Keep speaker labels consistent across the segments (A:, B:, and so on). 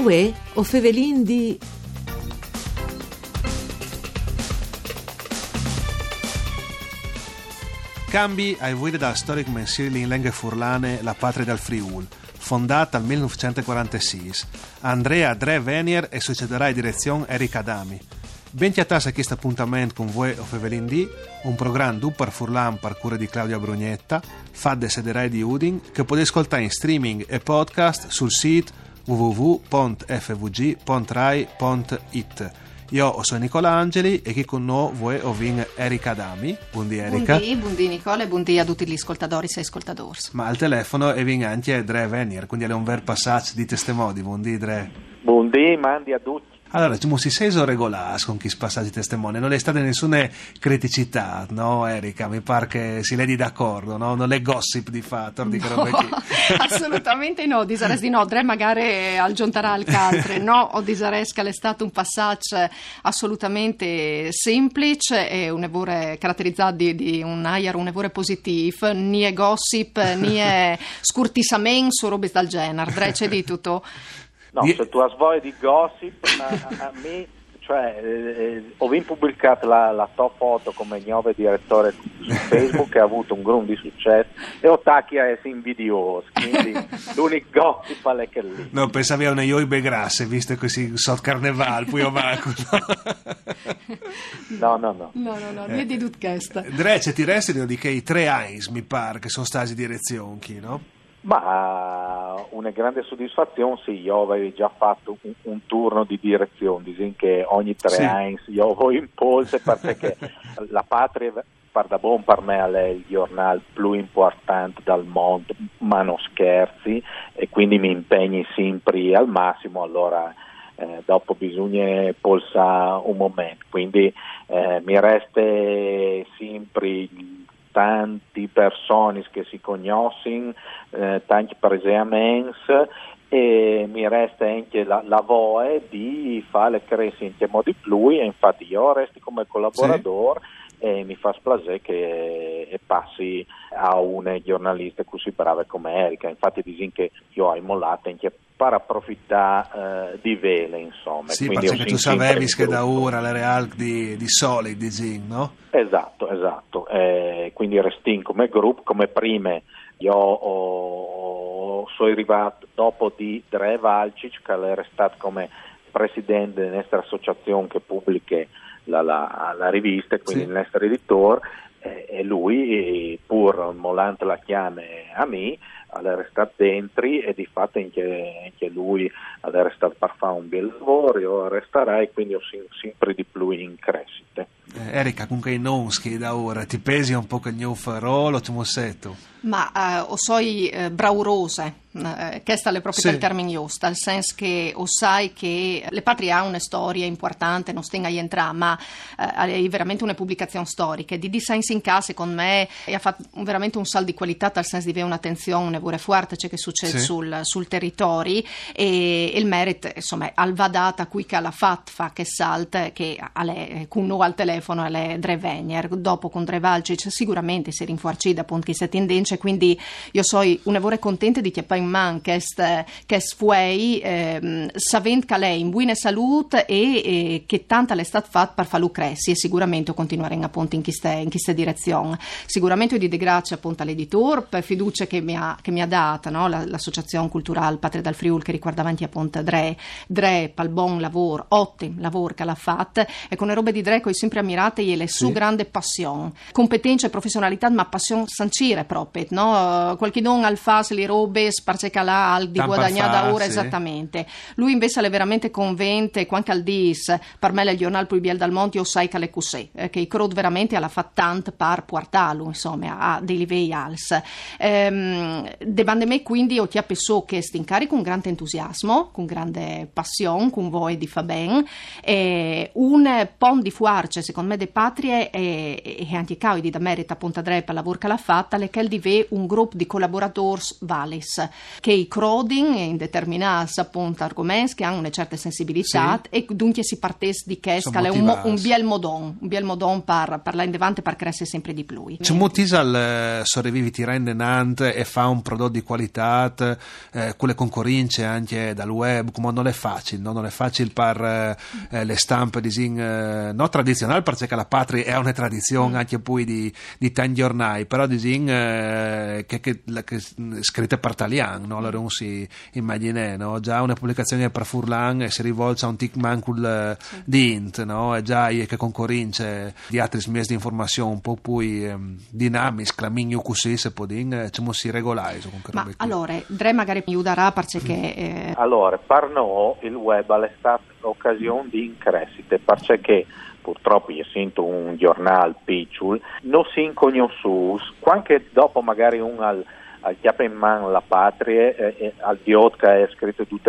A: Uè, o fevelin di...
B: Cambi ai vuoi dal storico mensile in lingue furlane La Patria del Friul, fondata nel 1946. Andrea Dre Venier e succederà in direzione Eric Adami. Ben chiattassa a questo appuntamento con voi o fevelin di, un programma du per Furlan per cura di Claudia Brugnetta, fadde sederai di Udin, che potete ascoltare in streaming e podcast sul sito www.fvg.rai.it. Io sono Nicola Angeli e qui con noi voi ovin Erika Adami. Buondì Erika.
C: Buondì Nicola e buondì a tutti gli ascoltatori e ascoltatori.
B: Ma al telefono è vin anche Dre Venier, quindi è un vero passaggio di testimoni. Buondì Dre.
D: Buondì, mandi a tutti.
B: Allora, ci si sei regolare con chi passaggi testimoni, non è stata nessuna criticità, no Erika? Mi pare che si ledi d'accordo, no? Non è gossip di fatto, di robe qui.
C: Assolutamente no, disaresti no, Dre magari al giuntarà al caltre, no, o disaresti che è stato un passaggio assolutamente semplice e un'evore caratterizzato di un air, un'evore positivo, ni è gossip, ni è scurtissamento su robe dal genere, Dre c'è di tutto.
D: No, se tu hai voglia di gossip, a me, cioè, ho pubblicato la tua foto come nuovo direttore su Facebook che ha avuto un grande successo e ho tacchi a essere invidioso, quindi l'unico gossip è che lì.
B: No, pensavi a una ioibe grasse, visto così sotto carneval, poi Marco.
D: No,
C: niente di tutto questo.
B: Dre, c'è ti restano di che i 3 Heinz, mi pare, che sono stati direzioni, no?
D: Ma una grande soddisfazione, sì, io avevo già fatto un turno di direzione, dicono che ogni 3 anni io ho impulso perché La Patria per me è il giornale più importante del mondo, ma non scherzi, e quindi mi impegni sempre al massimo, allora dopo bisogna polsare un momento, quindi mi resta sempre tanti persone che si conoscono, tanti presentamenti, e mi resta anche la voglia di fare crescere in modo di più, e infatti io resto come collaboratore e mi fa piacere che passi a un giornalista così brava come Erika. Infatti dicono che io ho mollato anche per approfittare di vele, insomma.
B: Sì,
D: quindi
B: perché tu sapevi che da ora le real di solid, dicono, no?
D: Esatto. Quindi resti come gruppo, come prime io sono arrivato dopo di Dre Valcic, che era stato come presidente della nostra associazione che pubblica la rivista, quindi il nostro editore, e lui, pur mollante la chiame a me, era stato dentro, e di fatto anche lui era stato per fare un bel lavoro, io resterei, quindi ho sempre di più in crescita.
B: Erika, comunque non che da ora ti pesi un po' che il mio farolo, ti mossetto?
C: Ma o soi braurose, questo è proprio il termine giusto, nel senso che o sai che Le Patrie ha una storia importante, non stenga a entrare, ma è veramente una pubblicazione storica. Di Science in casa, secondo me, ha fatto veramente un salto di qualità, nel senso di avere un'attenzione pure forte ciò che succede sul territorio, e il merito, insomma, al vadata qui che l'ha fatto, fa che salta, che con noi al telefono è Dre Venier, dopo con Dre Valcic sicuramente si rinforcita appunto che si tendenza, quindi io sono un'evore contenta di chiappare in man che sfuei savent che lei in buona salute e che tanta l'è stata fatta per farlo crescere, e sicuramente continuare appunto in questa direzione. Sicuramente io di grazie appunto all'editore per fiducia che mi ha data, no? L'associazione culturale Patria del Friul, che riguarda avanti appunto Dre pal buon lavoro, ottimo lavoro che l'ha fatto, e con le robe di Dre che ho sempre ammirate e le sue grande passione, competenza e professionalità, ma passione sancire proprio, no? Qualche don al fas le robe sparse calà al di guadagnare da ora, esattamente. Lui invece è veramente convente, quanto al dis per me è il giornale più bello del mondo, io sai che le cusè, che i crowd veramente alla fa tanto per portarlo, insomma, a dei livelli alti. Debande me quindi io ti appesso che sti incarico con grande entusiasmo, con grande passione, con voi di fa ben, un pon di fuarce secondo me de patrie e anche caudi da merita appunto Dre per lavoro che l'ha fatta, le che il dive è un gruppo di collaboratori valis che i croding in determinati appunto argomenti che hanno una certa sensibilità e dunque si partesse di che è un biel modon per parlare in davanti per crescere sempre di più.
B: C'è Mutisal sopravvivi ti rende Nantes e fa un prodotto di qualità con le concorrenze anche dal web, come non è facile, no? Non è facile per le stampe no tradizionali, perché la patria è una tradizione anche poi di tanti giornali, però che scritte per italiano, no? Allora uno si immagina, no? Già una pubblicazione per Furlan e si rivolge a un tic mancul di int, no? E già che concorrenze di altri mezzi di informazione un po' più dinamici, claminio così se può dire, si regolare.
C: Ma allora, Dre magari mi aiuterà perché
D: allora, per noi il web è stata occasione di increscite, perché purtroppo io sento un giornale piccolo, non si inconosciuti, anche dopo magari un al chiappa in mano la patria, al diot che è scritto tutte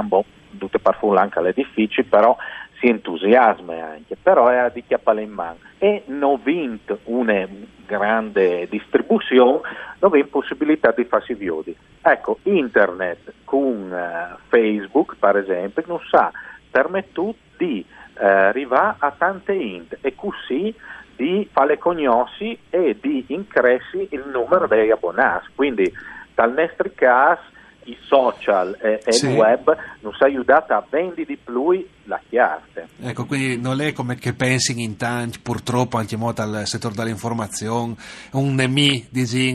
D: per Furlan che è difficile, però si entusiasma anche, però è di chiappale in mano e non vinto una grande distribuzione, non vinto possibilità di farsi vedere. Ecco, internet con Facebook per esempio non sa permettere di arrivare a tante int e così di fare cognosci e di incresci il numero degli abbonati. Quindi dal nostro caso i social e il web non si è aiutato a vendere di più la chiave.
B: Ecco, quindi non è come che pensi in tanti, purtroppo anche molto al settore dell'informazione, un nemico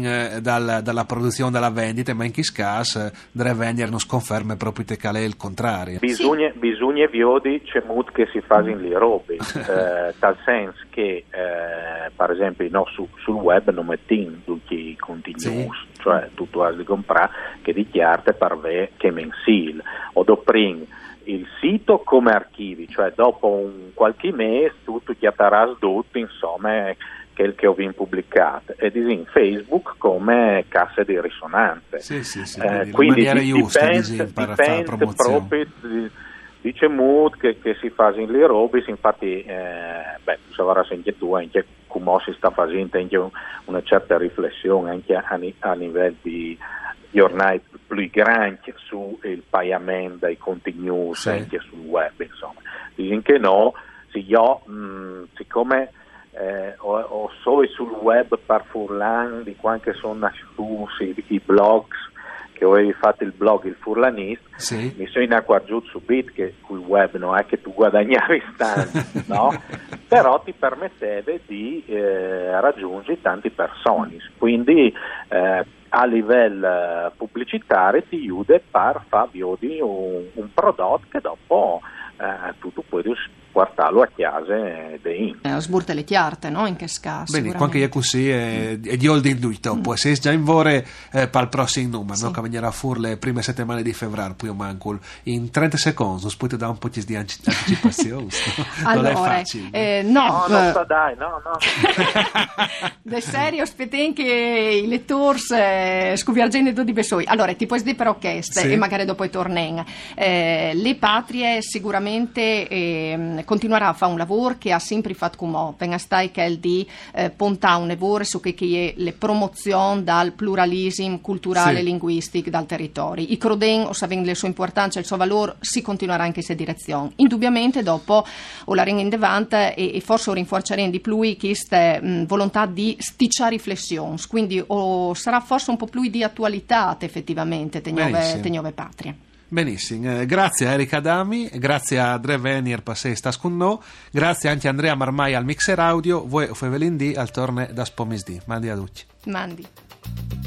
B: dalla produzione della vendita, ma in chi caso Dre Venier non sconferma proprio che è il contrario.
D: Bisogna vedere c'è molto che si fa in le robe, tal senso che per esempio no, sul web non mettiamo tutti i contenuti, cioè tutto a comprare che dichiarte per ve che mensile o doprin il sito come archivi, cioè dopo un qualche mese tutto chiatarà tutto, insomma, che ho vinto pubblicato, ed in Facebook come casse di risonanze. Quindi dipende proprio dice mood che si fa in le robe, infatti tu saprai anche tu anche come si sta facendo anche una certa riflessione anche a livello di giornali più grandi sul pagamento dei contenuti anche sul web, insomma. Dicono che no, siccome ho solo sul web per Furlan di quanto sono nasciuti i blogs che avevi fatto il blog Il Furlanista, mi sono accorgiuto subito che col web non è che tu guadagnavi tanto, no? Però ti permetteva di raggiungere tante persone, quindi a livello pubblicitario ti aiuta per far vedere un prodotto che dopo tu puoi portarlo a casa dei
C: sburte le chiarte, no? In che scasso.
B: Bene, anche io così e di oltre il duito, può essere già in vore per il prossimo numero, no? Che venirà fuori le prime settimane di febbraio, poi manco in 30 secondi, poi ti dà un po' di anticipazione.
C: Allora,
B: non è facile.
C: no,
D: dai, no.
C: De serio, aspettate che i lettori scuviargendo di Bessoi. Allora, ti puoi dire per orchestre e magari dopo tornen. Le patrie sicuramente continuerà a fare un lavoro che ha sempre fatto come venga stai che è il di pontare un lavoro su che è le promozioni dal pluralismo culturale e linguistico dal territorio. I Croden, o sapendo le sue importanze e il suo valore, si continuerà anche in questa direzione. Indubbiamente dopo o la ring in davanti e forse rinforzeremo di più questa volontà di sticciare riflessioni, quindi sarà forse un po' più di attualità effettivamente tegnove patrie.
B: Benissimo, grazie a Erika Adami, grazie a Dre Venier per sta con noi, grazie anche a Andrea Marmai al mixer audio, voi Fevelin D al torne da Spomisdi. Mandi a tutti.
C: Mandi.